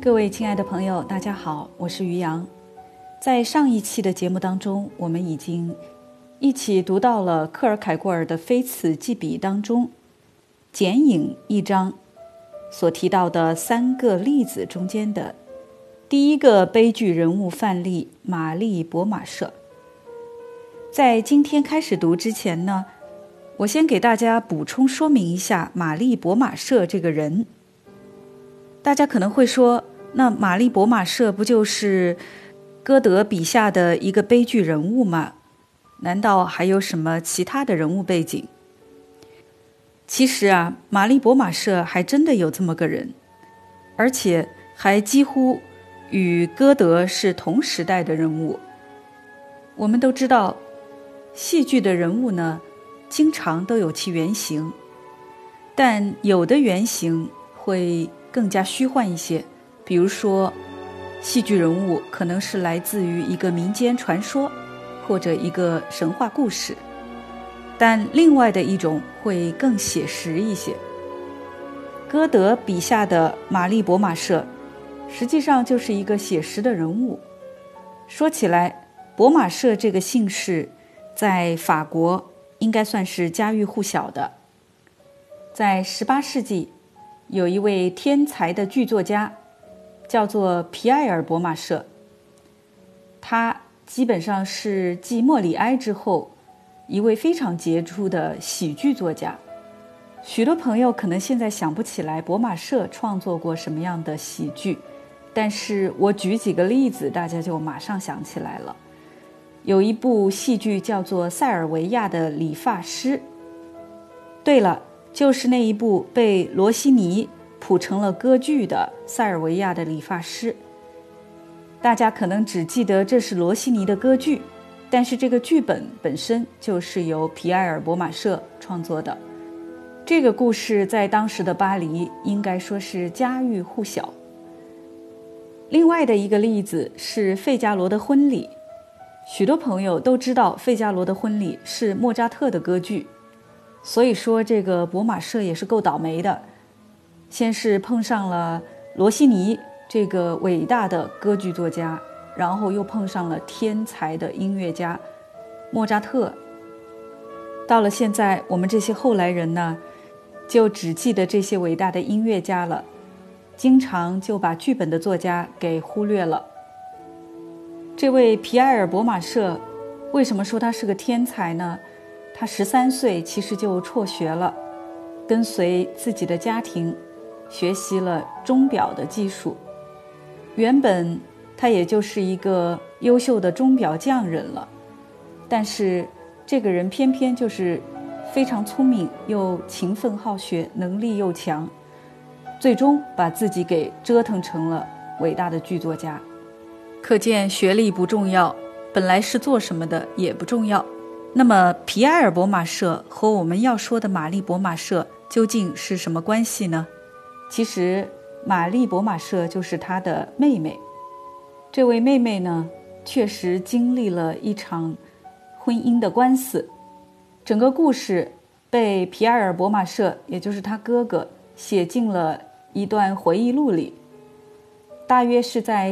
各位亲爱的朋友，大家好，我是于洋。在上一期的节目当中，我们已经一起读到了克尔凯郭尔的《非此即彼》当中剪影一章所提到的3个例子中间的第一个悲剧人物范例玛丽博马舍。在今天开始读之前呢，我先给大家补充说明一下玛丽博马舍这个人。大家可能会说，那玛丽博马舍不就是歌德笔下的一个悲剧人物吗？难道还有什么其他的人物背景？其实啊，玛丽博马舍还真的有这么个人，而且还几乎与歌德是同时代的人物。我们都知道，戏剧的人物呢，经常都有其原型，但有的原型会更加虚幻一些。比如说，戏剧人物可能是来自于一个民间传说或者一个神话故事，但另外的一种会更写实一些。歌德笔下的玛丽博马舍实际上就是一个写实的人物。说起来，博马舍这个姓氏在法国应该算是家喻户晓的。在18世纪，有一位天才的剧作家叫做皮埃尔·博马舍，他基本上是继莫里埃之后一位非常杰出的喜剧作家。许多朋友可能现在想不起来博马舍创作过什么样的喜剧，但是我举几个例子，大家就马上想起来了。有一部戏剧叫做《塞尔维亚的理发师》，对了，就是那一部被罗西尼谱成了歌剧的《塞尔维亚的理发师》。大家可能只记得这是罗西尼的歌剧，但是这个剧本本身就是由皮埃尔·博马舍创作的。这个故事在当时的巴黎应该说是家喻户晓。另外的一个例子是《费加罗的婚礼》，许多朋友都知道《费加罗的婚礼》是莫扎特的歌剧，所以说这个博马舍也是够倒霉的。先是碰上了罗西尼这个伟大的歌剧作家，然后又碰上了天才的音乐家莫扎特。到了现在，我们这些后来人呢，就只记得这些伟大的音乐家了，经常就把剧本的作家给忽略了。这位皮埃尔·博马舍为什么说他是个天才呢？他13岁其实就辍学了，跟随自己的家庭学习了钟表的技术。原本他也就是一个优秀的钟表匠人了，但是这个人偏偏就是非常聪明，又勤奋好学，能力又强，最终把自己给折腾成了伟大的剧作家。可见学历不重要，本来是做什么的也不重要。那么皮埃尔·博马舍和我们要说的玛丽·博马舍究竟是什么关系呢？其实玛丽·博马舍就是他的妹妹。这位妹妹呢，确实经历了一场婚姻的官司，整个故事被皮埃尔·博马舍，也就是他哥哥，写进了一段回忆录里。大约是在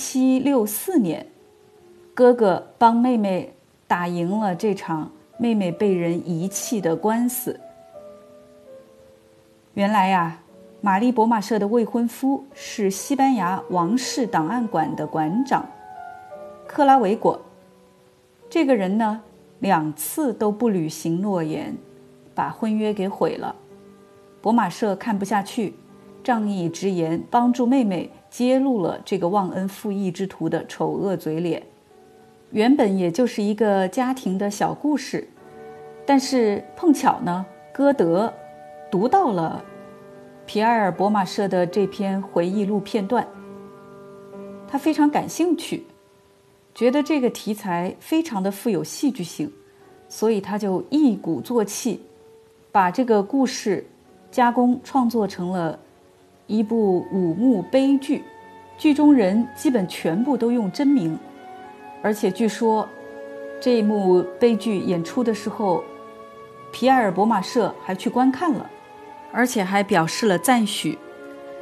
1764年，哥哥帮妹妹打赢了这场妹妹被人遗弃的官司。原来呀，玛丽·博马舍的未婚夫是西班牙王室档案馆的馆长克拉维果。这个人呢，2次都不履行诺言，把婚约给毁了。博马舍看不下去，仗义直言，帮助妹妹揭露了这个忘恩负义之徒的丑恶嘴脸。原本也就是一个家庭的小故事，但是碰巧呢，歌德读到了皮埃尔·博马舍的这篇回忆录片段，他非常感兴趣，觉得这个题材非常的富有戏剧性，所以他就一鼓作气，把这个故事加工创作成了一部5幕悲剧，剧中人基本全部都用真名，而且据说这一幕悲剧演出的时候，皮埃尔·博马舍还去观看了，而且还表示了赞许。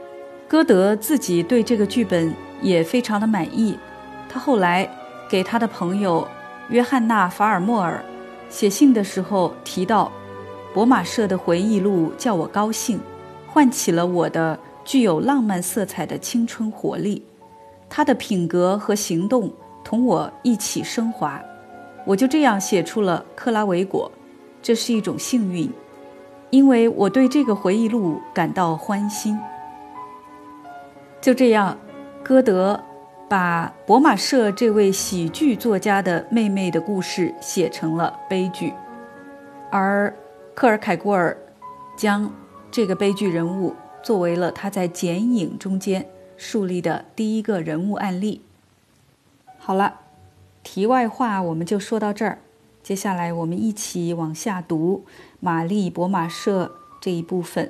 歌德自己对这个剧本也非常的满意，他后来给他的朋友约翰娜·法尔默尔写信的时候提到，博马舍的回忆录叫我高兴，唤起了我的具有浪漫色彩的青春活力，他的品格和行动同我一起升华，我就这样写出了克拉维果，这是一种幸运，因为我对这个回忆录感到欢欣。就这样，歌德把博马舍这位喜剧作家的妹妹的故事写成了悲剧，而克尔凯郭尔将这个悲剧人物作为了他在剪影中间树立的第一个人物案例。好了，题外话我们就说到这儿，接下来我们一起往下读玛丽·博马舍这一部分。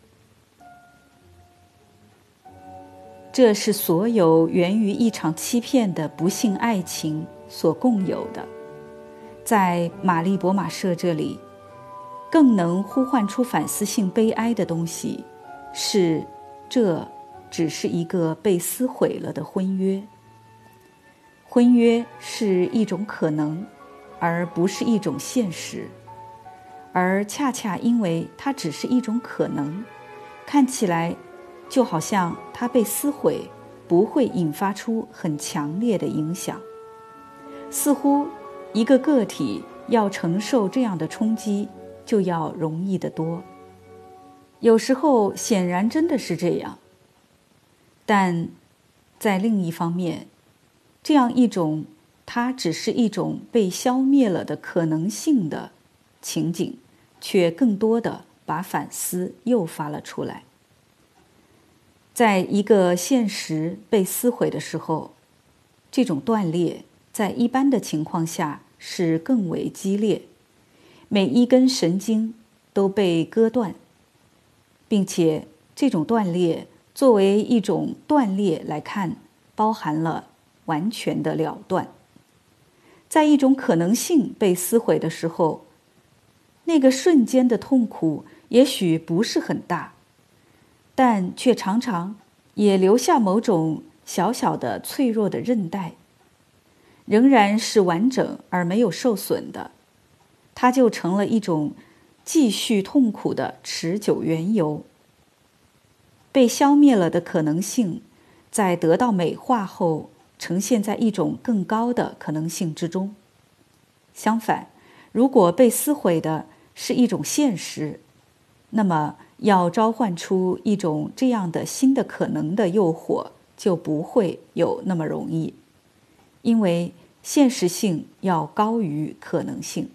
这是所有源于一场欺骗的不幸爱情所共有的。在玛丽·博马舍这里，更能呼唤出反思性悲哀的东西是，这只是一个被撕毁了的婚约。婚约是一种可能，而不是一种现实，而恰恰因为它只是一种可能，看起来就好像它被撕毁不会引发出很强烈的影响，似乎一个个体要承受这样的冲击就要容易得多。有时候显然真的是这样，但在另一方面，这样一种它只是一种被消灭了的可能性的情景，却更多地把反思诱发了出来。在一个现实被撕毁的时候，这种断裂在一般的情况下是更为激烈，每一根神经都被割断，并且这种断裂作为一种断裂来看，包含了完全的了断。在一种可能性被撕毁的时候，那个瞬间的痛苦也许不是很大，但却常常也留下某种小小的脆弱的韧带，仍然是完整而没有受损的，它就成了一种继续痛苦的持久缘由。被消灭了的可能性，在得到美化后，呈现在一种更高的可能性之中。相反，如果被撕毁的是一种现实，那么要召唤出一种这样的新的可能的诱惑就不会有那么容易，因为现实性要高于可能性。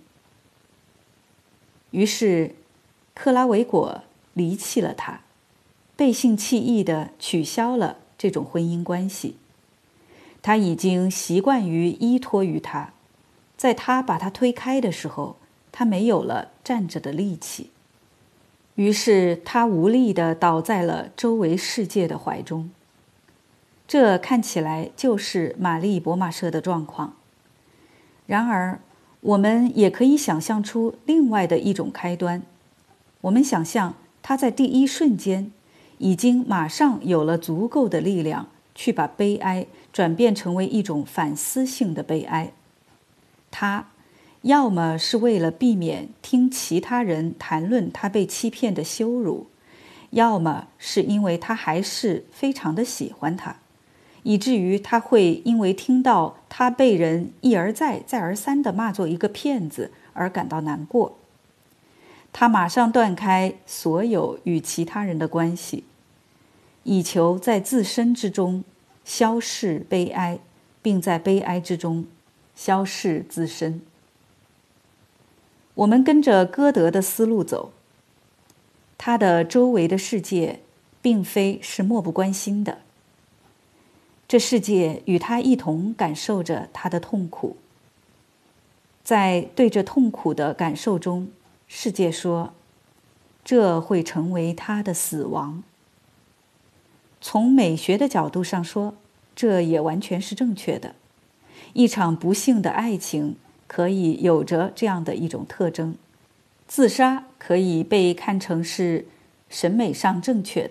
于是克拉维果离弃了他，背信弃义地取消了这种婚姻关系。他已经习惯于依托于他，在他把他推开的时候，他没有了站着的力气，于是他无力地倒在了周围世界的怀中。这看起来就是玛丽·博马舍的状况。然而我们也可以想象出另外的一种开端。我们想象他在第一瞬间已经马上有了足够的力量去把悲哀转变成为一种反思性的悲哀。他要么是为了避免听其他人谈论他被欺骗的羞辱，要么是因为他还是非常的喜欢他，以至于他会因为听到他被人一而再再而三地骂作一个骗子而感到难过。他马上断开所有与其他人的关系，以求在自身之中消逝悲哀，并在悲哀之中消逝自身。我们跟着歌德的思路走，他的周围的世界并非是漠不关心的，这世界与他一同感受着他的痛苦。在对着痛苦的感受中，世界说，这会成为他的死亡。从美学的角度上说，这也完全是正确的。一场不幸的爱情可以有着这样的一种特征，自杀可以被看成是审美上正确的，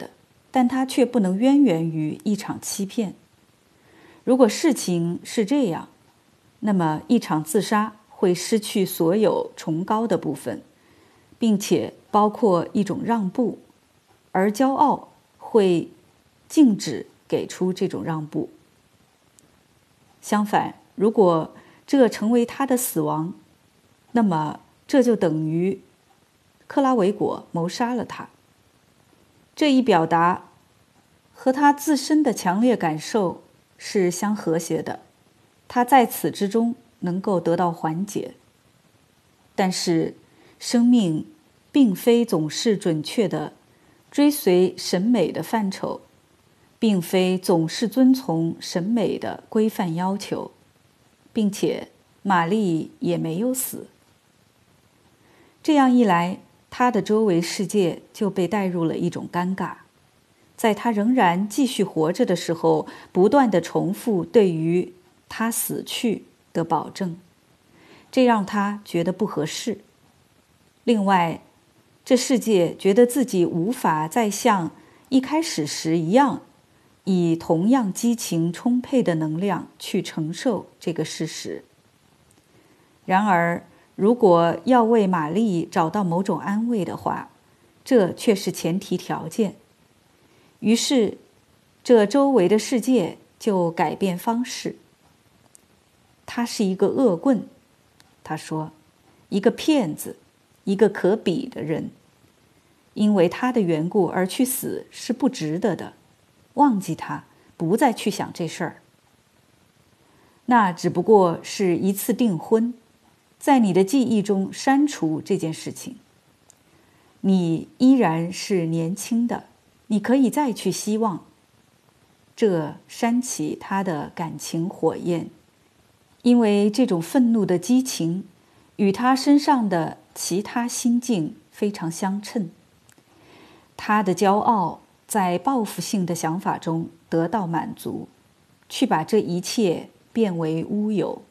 但它却不能渊源于一场欺骗。如果事情是这样，那么一场自杀会失去所有崇高的部分，并且包括一种让步，而骄傲会禁止给出这种让步。相反，如果这成为他的死亡，那么这就等于克拉维果谋杀了他。这一表达和他自身的强烈感受是相和谐的，他在此之中能够得到缓解。但是生命并非总是准确地追随审美的范畴，并非总是遵从审美的规范要求，并且玛丽也没有死。这样一来，他的周围世界就被带入了一种尴尬，在他仍然继续活着的时候，不断地重复对于他死去的保证，这让他觉得不合适。另外，这世界觉得自己无法再像一开始时一样，以同样激情充沛的能量去承受这个事实。然而，如果要为玛丽找到某种安慰的话，这却是前提条件。于是，这周围的世界就改变方式。他是一个恶棍，他说，一个骗子，一个可比的人。因为他的缘故而去死是不值得的，忘记他，不再去想这事儿。那只不过是一次订婚，在你的记忆中删除这件事情。你依然是年轻的，你可以再去希望。这煽起他的感情火焰，因为这种愤怒的激情与他身上的其他心境非常相称。他的骄傲在报复性的想法中得到满足，去把这一切变为乌有。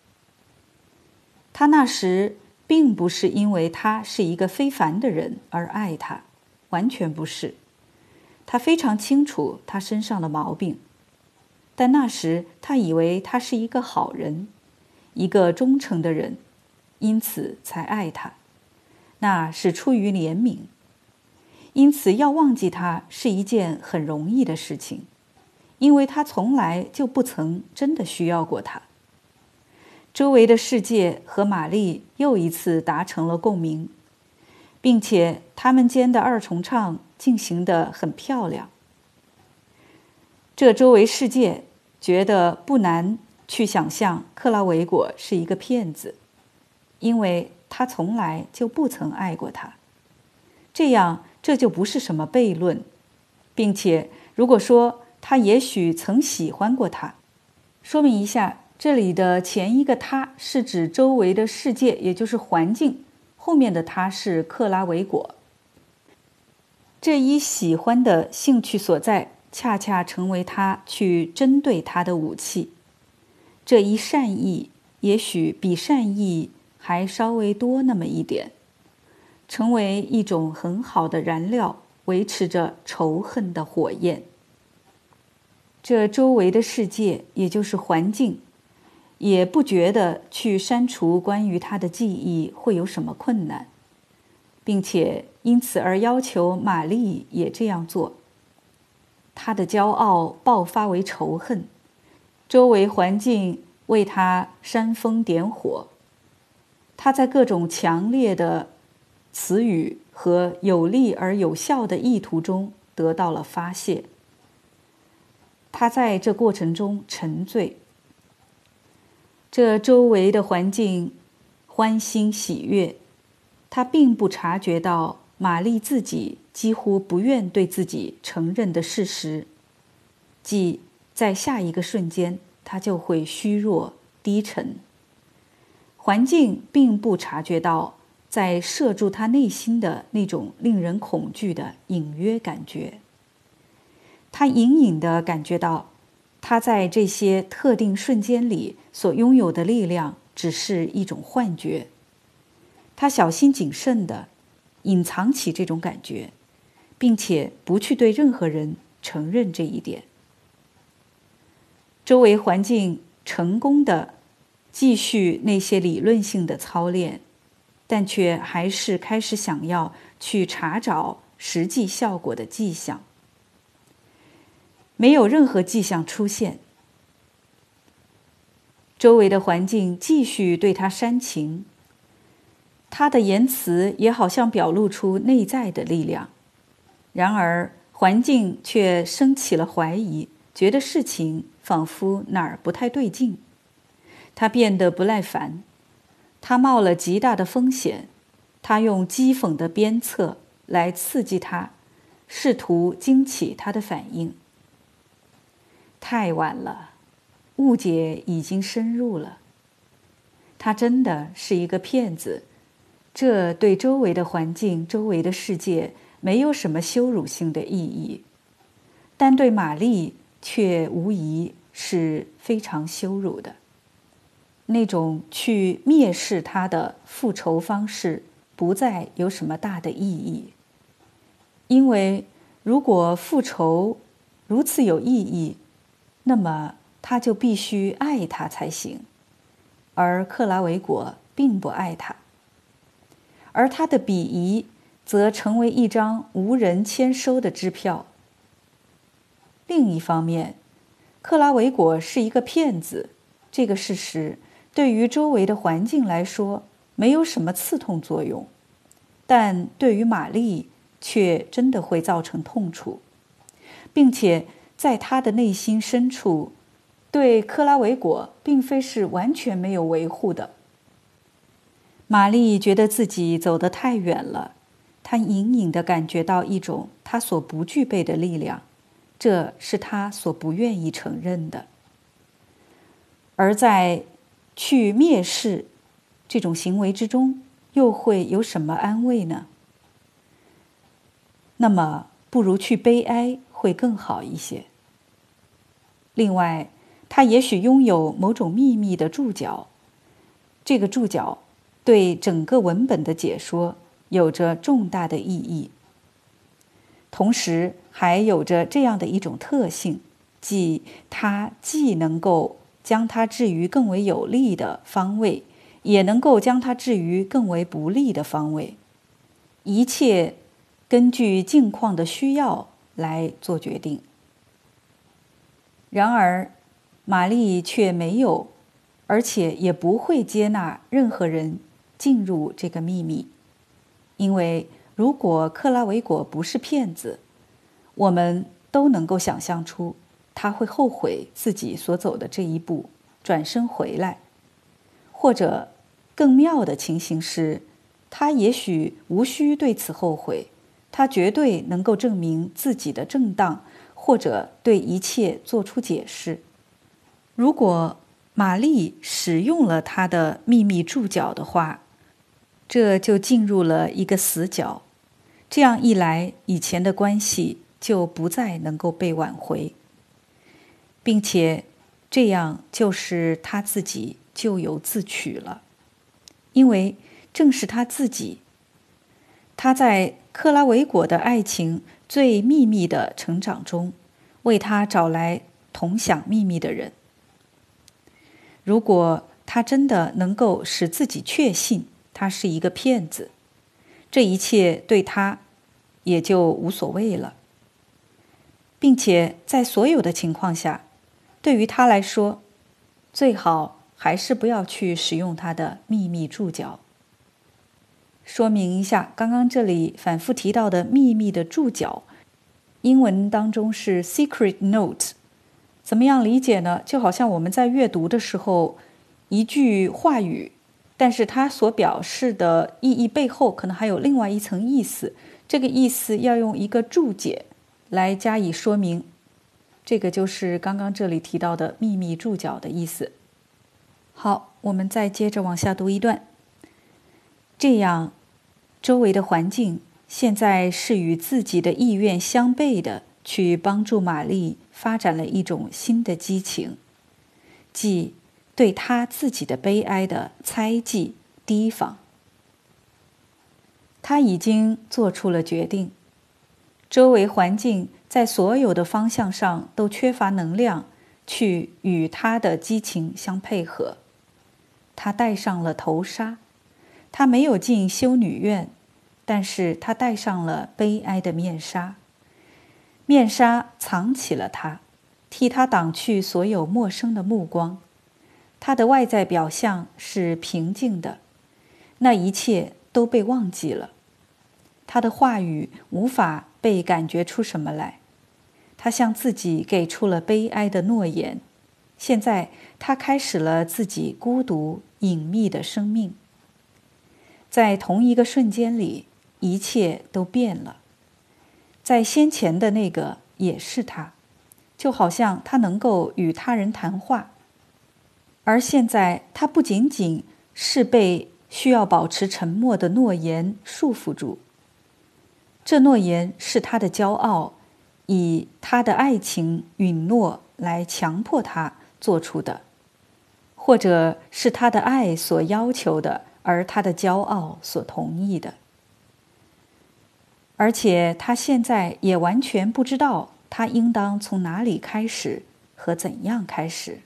他那时并不是因为他是一个非凡的人而爱他，完全不是。他非常清楚他身上的毛病，但那时他以为他是一个好人，一个忠诚的人，因此才爱他。那是出于怜悯。因此要忘记他是一件很容易的事情，因为他从来就不曾真的需要过他。周围的世界和玛丽又一次达成了共鸣，并且他们间的二重唱进行得很漂亮。这周围世界觉得不难去想象克拉维果是一个骗子，因为他从来就不曾爱过他。这样这就不是什么悖论，并且如果说他也许曾喜欢过他，说明一下，这里的前一个他是指周围的世界，也就是环境，后面的他是克拉维果。这一喜欢的兴趣所在，恰恰成为他去针对他的武器。这一善意也许比善意还稍微多那么一点，成为一种很好的燃料，维持着仇恨的火焰。这周围的世界，也就是环境，也不觉得去删除关于他的记忆会有什么困难，并且因此而要求玛丽也这样做。他的骄傲爆发为仇恨，周围环境为他煽风点火，他在各种强烈的词语和有力而有效的意图中得到了发泄。他在这过程中沉醉，这周围的环境欢欣喜悦，他并不察觉到玛丽自己几乎不愿对自己承认的事实，即在下一个瞬间他就会虚弱低沉。环境并不察觉到在摄住他内心的那种令人恐惧的隐约感觉。他隐隐地感觉到，他在这些特定瞬间里所拥有的力量只是一种幻觉。他小心谨慎地隐藏起这种感觉， 并且不去对任何人承认这一点。周围环境成功地继续那些理论性的操练，但却还是开始想要去查找实际效果的迹象。没有任何迹象出现，周围的环境继续对他煽情，他的言辞也好像表露出内在的力量。然而环境却升起了怀疑，觉得事情仿佛哪儿不太对劲。他变得不耐烦，他冒了极大的风险，他用讥讽的鞭策来刺激他，试图惊起他的反应。太晚了，误解已经深入了。他真的是一个骗子，这对周围的环境、周围的世界没有什么羞辱性的意义，但对玛丽却无疑是非常羞辱的。那种去蔑视他的复仇方式不再有什么大的意义，因为如果复仇如此有意义，那么他就必须爱他才行，而克拉维果并不爱他，而他的鄙夷则成为一张无人签收的支票。另一方面，克拉维果是一个骗子，这个事实对于周围的环境来说没有什么刺痛作用，但对于玛丽却真的会造成痛楚，并且在他的内心深处，对克拉维果并非是完全没有维护的。玛丽觉得自己走得太远了，她隐隐地感觉到一种她所不具备的力量，这是她所不愿意承认的。而在去蔑视这种行为之中，又会有什么安慰呢？那么不如去悲哀会更好一些。另外，他也许拥有某种秘密的注脚，这个注脚对整个文本的解说有着重大的意义，同时还有着这样的一种特性，即它既能够将它置于更为有利的方位，也能够将它置于更为不利的方位，一切根据境况的需要来做决定。然而玛丽却没有，而且也不会接纳任何人进入这个秘密，因为如果克拉维果不是骗子，我们都能够想象出他会后悔自己所走的这一步，转身回来。或者更妙的情形是，他也许无需对此后悔，他绝对能够证明自己的正当，或者对一切做出解释。如果玛丽使用了她的秘密注脚的话，这就进入了一个死角，这样一来，以前的关系就不再能够被挽回，并且这样就是他自己咎由自取了。因为正是他自己，他在克拉维果的爱情最秘密的成长中，为他找来同享秘密的人。如果他真的能够使自己确信他是一个骗子，这一切对他也就无所谓了，并且在所有的情况下，对于他来说，最好还是不要去使用他的秘密注脚。说明一下，刚刚这里反复提到的秘密的注脚，英文当中是 secret note。怎么样理解呢？就好像我们在阅读的时候，一句话语，但是它所表示的意义背后可能还有另外一层意思，这个意思要用一个注解来加以说明，这个就是刚刚这里提到的秘密注脚的意思。好，我们再接着往下读一段。这样，周围的环境现在是与自己的意愿相悖的，去帮助玛丽发展了一种新的激情，即对她自己的悲哀的猜忌、提防。她已经做出了决定， 周围环境在所有的方向上都缺乏能量去与他的激情相配合。他戴上了头纱，他没有进修女院，但是他戴上了悲哀的面纱。面纱藏起了他，替他挡去所有陌生的目光。他的外在表象是平静的，那一切都被忘记了。他的话语无法被感觉出什么来。他向自己给出了悲哀的诺言。现在他开始了自己孤独隐秘的生命。在同一个瞬间里，一切都变了。在先前的那个也是他，就好像他能够与他人谈话。而现在他不仅仅是被需要保持沉默的诺言束缚住，这诺言是他的骄傲，以他的爱情允诺来强迫他做出的，或者是他的爱所要求的，而他的骄傲所同意的。而且他现在也完全不知道他应当从哪里开始和怎样开始。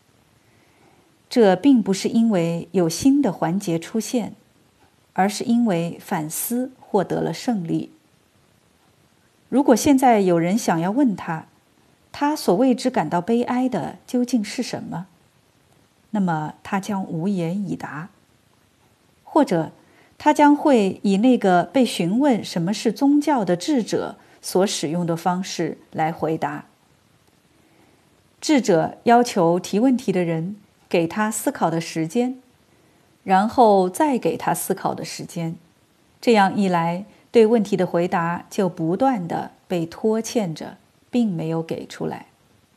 这并不是因为有新的环节出现，而是因为反思获得了胜利。如果现在有人想要问他，他所为之感到悲哀的究竟是什么，那么他将无言以答，或者他将会以那个被询问什么是宗教的智者所使用的方式来回答。智者要求提问题的人给他思考的时间，然后再给他思考的时间。这样一来，对问题的回答就不断地被拖欠着，并没有给出来。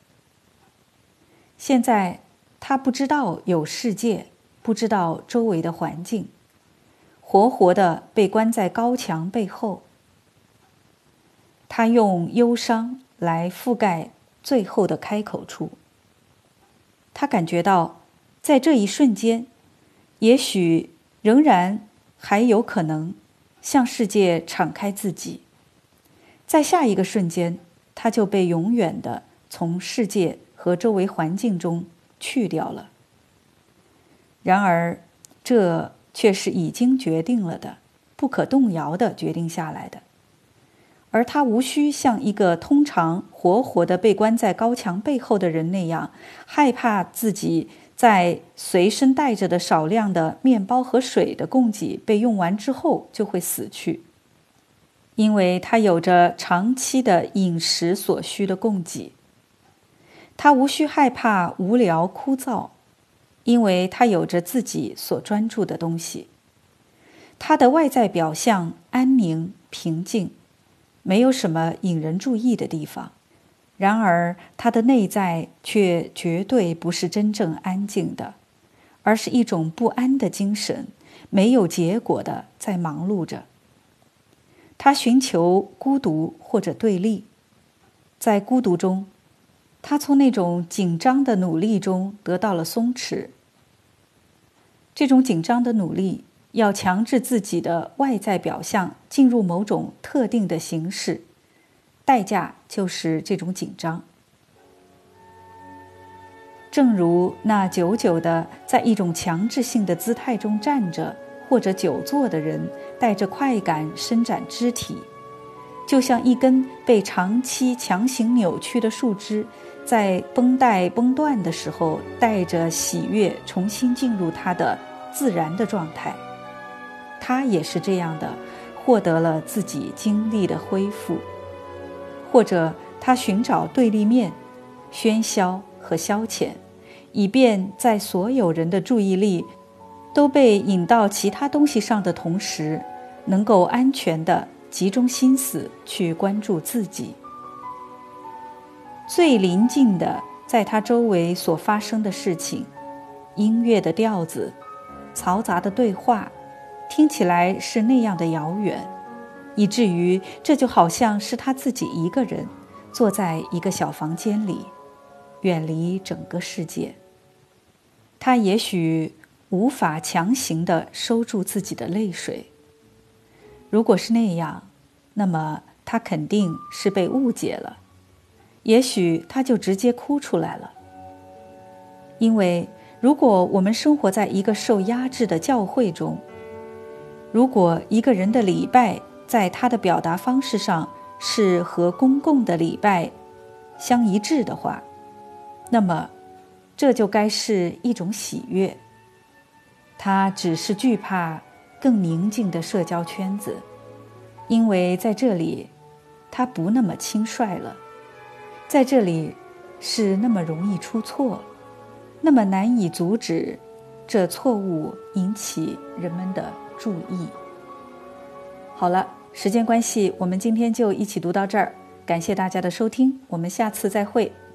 现在他不知道有世界，不知道周围的环境，活活地被关在高墙背后。他用忧伤来覆盖最后的开口处。他感觉到在这一瞬间，也许仍然还有可能向世界敞开自己。在下一个瞬间，他就被永远地从世界和周围环境中去掉了。然而，这却是已经决定了的，不可动摇地决定下来的。而他无需像一个通常活活地被关在高墙背后的人那样，害怕自己在随身带着的少量的面包和水的供给被用完之后就会死去，因为他有着长期的饮食所需的供给。他无需害怕无聊枯燥，因为他有着自己所专注的东西。他的外在表象安宁平静，没有什么引人注意的地方。然而他的内在却绝对不是真正安静的，而是一种不安的精神，没有结果的在忙碌着。他寻求孤独或者对立，在孤独中，他从那种紧张的努力中得到了松弛。这种紧张的努力要强制自己的外在表象进入某种特定的形式，代价就是这种紧张。正如那久久的在一种强制性的姿态中站着或者久坐的人带着快感伸展肢体，就像一根被长期强行扭曲的树枝在绷带崩断的时候带着喜悦重新进入它的自然的状态。他也是这样的获得了自己精力的恢复。或者他寻找对立面，喧嚣和消遣，以便在所有人的注意力都被引到其他东西上的同时，能够安全地集中心思去关注自己。最临近的在他周围所发生的事情，音乐的调子，嘈杂的对话，听起来是那样的遥远，以至于这就好像是他自己一个人坐在一个小房间里，远离整个世界。他也许无法强行地收住自己的泪水。如果是那样，那么他肯定是被误解了，也许他就直接哭出来了。因为如果我们生活在一个受压制的教会中，如果一个人的礼拜在他的表达方式上是和公共的礼拜相一致的话，那么这就该是一种喜悦。他只是惧怕更宁静的社交圈子，因为在这里他不那么轻率了，在这里是那么容易出错，那么难以阻止这错误引起人们的注意。好了，时间关系，我们今天就一起读到这儿，感谢大家的收听，我们下次再会。